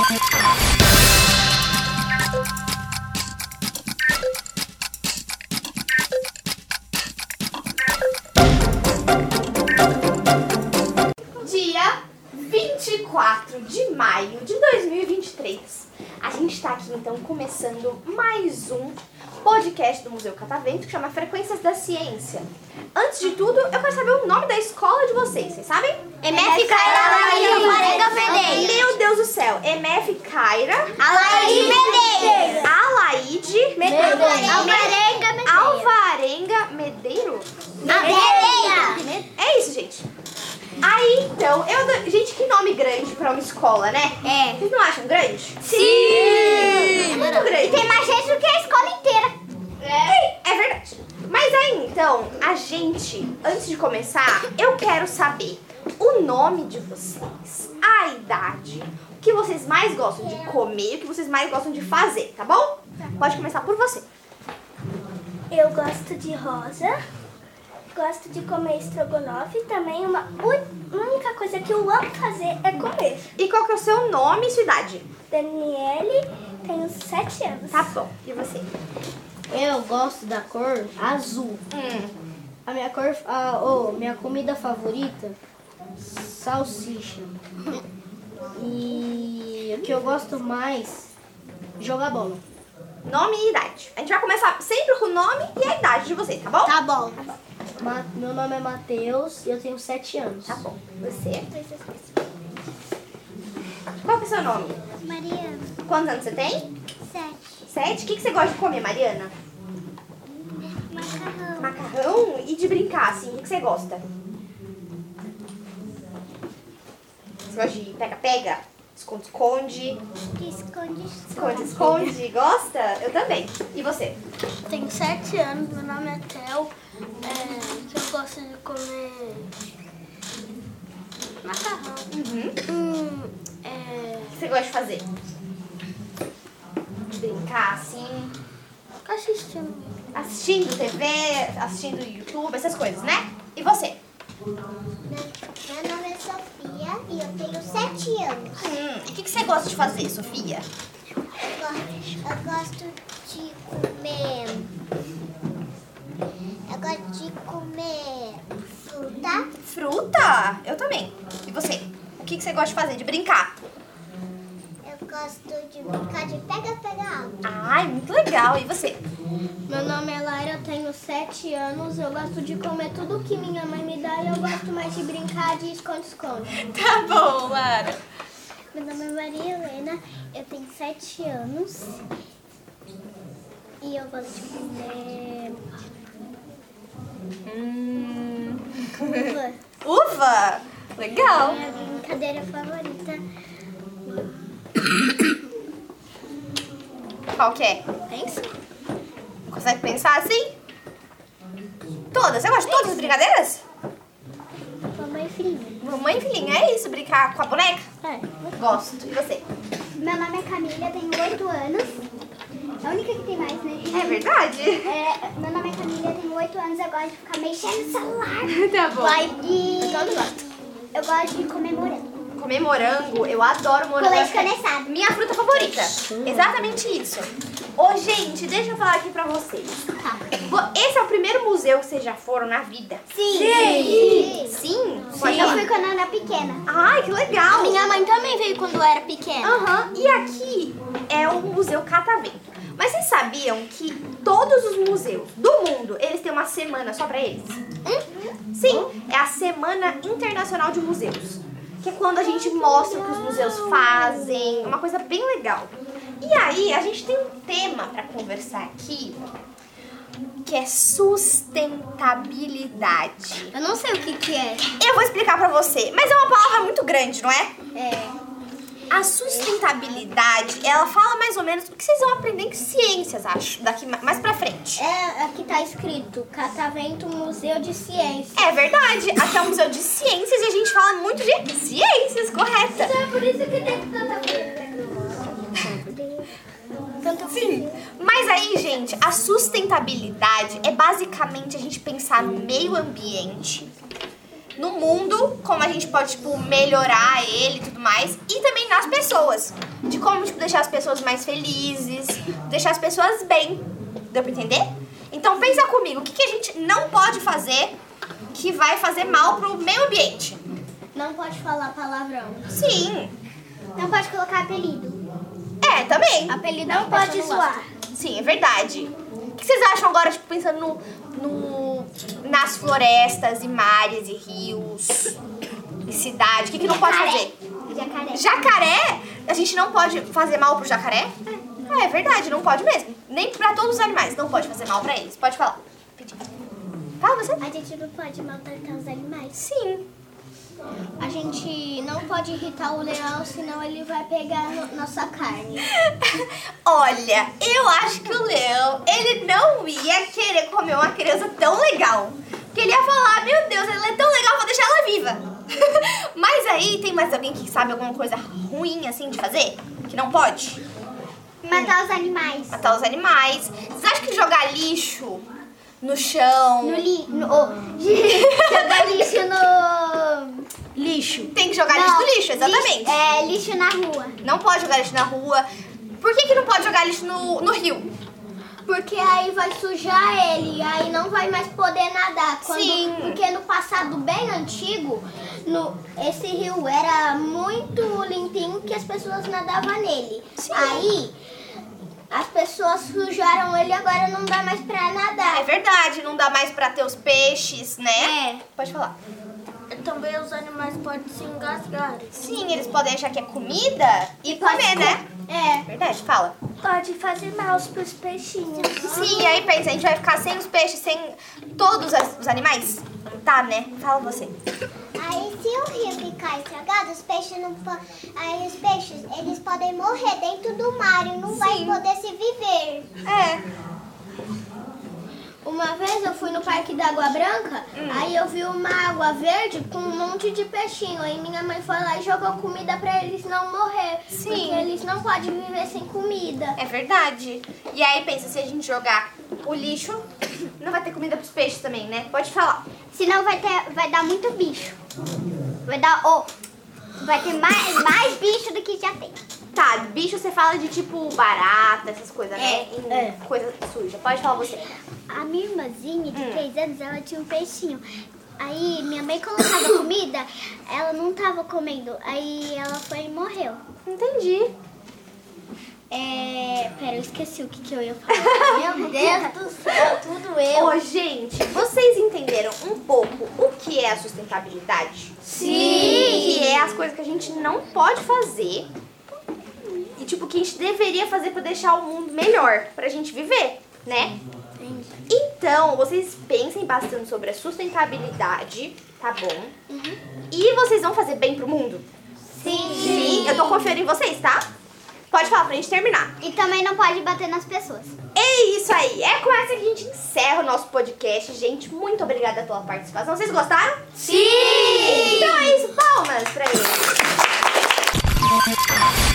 Dia 24 de maio de 2023. A gente tá aqui então começando mais um podcast do Museu Catavento que chama Frequências da Ciência. Antes de tudo, eu quero saber o nome da escola de vocês. Vocês sabem? MF Caira Alvarenga Medeiros. Meu Deus do céu. MF Caira Alaide Medeiros. Alaide Medeiros. Alvarenga Medeiros. Medeiros. É isso, gente. Aí, então, gente, que nome grande pra uma escola, né? É. Vocês não acham grande? Sim. É muito grande. E tem mais gente do que a escola inteira. É verdade. Mas aí, então, a gente, antes de começar, eu quero saber o nome de vocês, a idade, o que vocês mais gostam de comer, o que vocês mais gostam de fazer, tá bom? Pode começar por você. Eu gosto de rosa, gosto de comer estrogonofe. Também uma única coisa que eu amo fazer é comer. E qual que é o seu nome e sua idade? Daniele, tenho 7 anos. Tá bom. E você? Eu gosto da cor azul. A minha cor, minha comida favorita, salsicha. E o que eu gosto mais, jogar bola. Nome e idade. A gente vai começar sempre com o nome e a idade de vocês, tá bom? Tá bom. Meu nome é Matheus e eu tenho 7 anos. Tá bom. Você? Qual que é o seu nome? Mariana, Quantos anos você tem? 7. 7. O que você gosta de comer, Mariana? Macarrão. Macarrão e de brincar, assim. O que você gosta? Você gosta de pega-pega? Esconde-esconde? Esconde-esconde. Gosta? Eu também. E você? Tenho 7 anos, meu nome é Theo. Que eu gosto de comer macarrão. O que você gosta de fazer? De brincar, assim? Assistindo TV, assistindo YouTube, essas coisas, né? E você? Meu nome é Sofia e eu tenho 7 anos. E o que você gosta de fazer, Sofia? Eu gosto de comer. Eu gosto de comer fruta. Fruta? Eu também. E você? O que você gosta de fazer? De brincar? Eu gosto de brincar de pega-pega alto. Ai, muito legal. E você? Meu nome é Laira, eu tenho 7 anos. Eu gosto de comer tudo que minha mãe me dá e eu gosto mais de brincar de esconde-esconde. Tá bom, Lara. Meu nome é Maria Helena, eu tenho 7 anos. E eu gosto de comer uva. Uva? Legal. Minha brincadeira favorita. Qual que é? Pensa? Consegue pensar assim? Todas? Você gosta de todas as brincadeiras? Mamãe e filhinha. Mamãe e filhinha, é isso? Brincar com a boneca? Gosto. E você? Meu nome é Camila, tenho 8 anos. A única que tem mais, né? É verdade? Meu nome é Camila, tenho 8 anos. Eu gosto de ficar mexendo no celular. Tá bom. E eu gosto de comer morango. Comer morango, eu adoro morango. Com leite condensado. Minha fruta favorita. Exatamente isso. Ô, gente, deixa eu falar aqui pra vocês. Esse é o primeiro museu que vocês já foram na vida? Sim. Sim? Eu fui quando eu era pequena. Ai, que legal. Minha mãe também veio quando eu era pequena. Aham. E aqui é o Museu Catavento. Mas vocês sabiam que todos os museus do mundo, eles têm uma semana só pra eles? Sim, é a Semana Internacional de Museus. Que é quando a gente mostra o que os museus fazem, uma coisa bem legal. E aí, a gente tem um tema pra conversar aqui, que é sustentabilidade. Eu não sei o que é. Eu vou explicar pra você, mas é uma palavra muito grande, não é? É. A sustentabilidade, ela fala mais ou menos o que vocês vão aprender em ciências, acho, daqui mais pra frente. Aqui tá escrito Catavento Museu de Ciências. É verdade, aqui é um museu de ciências e a gente fala muito de ciências, correta? É por isso que tem tanta Sim, mas aí, gente, a sustentabilidade é basicamente a gente pensar no meio ambiente no mundo, como a gente pode, tipo, melhorar ele e tudo mais, e também nas pessoas, de como, tipo, deixar as pessoas mais felizes, deixar as pessoas bem, deu pra entender? Então pensa comigo, o que a gente não pode fazer que vai fazer mal pro meio ambiente? Não pode falar palavrão. Sim, Não pode colocar apelido. também. Apelido não pode zoar. Sim, é verdade. O que vocês acham agora, tipo, pensando nas florestas e mares e rios e cidade? O que não pode fazer? Jacaré. Jacaré? A gente não pode fazer mal pro jacaré? É verdade, não pode mesmo. Nem pra todos os animais, não pode fazer mal pra eles. Pode falar. Fala você. A gente não pode maltratar os animais. Sim. A gente não pode irritar o leão, senão ele vai pegar nossa carne. Olha, eu acho que o leão, ele não ia querer comer uma criança tão legal. Que ele ia falar, meu Deus, ela é tão legal, vou deixar ela viva. Mas aí, tem mais alguém que sabe alguma coisa ruim, assim, de fazer? Que não pode? Matar os animais. Matar os animais. Vocês acham que jogar lixo no chão... Jogar lixo no... Lixo. Tem que jogar lixo no lixo, exatamente. Lixo na rua. Não pode jogar lixo na rua. Por que não pode jogar lixo no rio? Porque aí vai sujar ele, aí não vai mais poder nadar. Sim. Porque no passado bem antigo, esse rio era muito limpinho que as pessoas nadavam nele. Sim. Aí as pessoas sujaram ele, agora não dá mais pra nadar. É verdade, não dá mais pra ter os peixes, né? Pode falar. Também os animais podem se engasgar. Sim, eles podem achar que é comida e comer, né? Verdade, fala. Pode fazer mal pros peixinhos. Sim, aí pensa, a gente vai ficar sem os peixes, sem todos os animais? Tá, né? Fala você. Aí se o rio ficar estragado, os peixes não aí os peixes, eles podem morrer dentro do mar e não vai poder se viver. Uma vez eu fui no Parque da Água Branca, aí eu vi uma água verde com um monte de peixinho. Aí minha mãe foi lá e jogou comida pra eles não morrer. Sim. Porque eles não podem viver sem comida. É verdade. E aí pensa, se a gente jogar o lixo, não vai ter comida pros peixes também, né? Pode falar. Senão vai dar muito bicho. Vai ter mais bicho do que já tem. Tá, bicho você fala de tipo barata, essas coisas, né? Coisa suja. Pode falar você. A minha irmãzinha de 3 anos, ela tinha um peixinho. Aí minha mãe colocava comida, ela não tava comendo. Aí ela foi e morreu. Entendi. Pera, eu esqueci o que eu ia falar. Meu Deus do céu, tudo eu. Ô, gente, vocês entenderam um pouco o que é a sustentabilidade? Sim! Que é as coisas que a gente não pode fazer e, tipo, que a gente deveria fazer pra deixar o mundo melhor, pra gente viver, né? Então, vocês pensem bastante sobre a sustentabilidade, tá bom? E vocês vão fazer bem pro mundo? Sim! Eu tô confiando em vocês, tá? Pode falar pra gente terminar. E também não pode bater nas pessoas. É isso aí. É com essa que a gente encerra o nosso podcast. Gente, muito obrigada pela participação. Vocês gostaram? Sim! Então é isso. Palmas pra eles.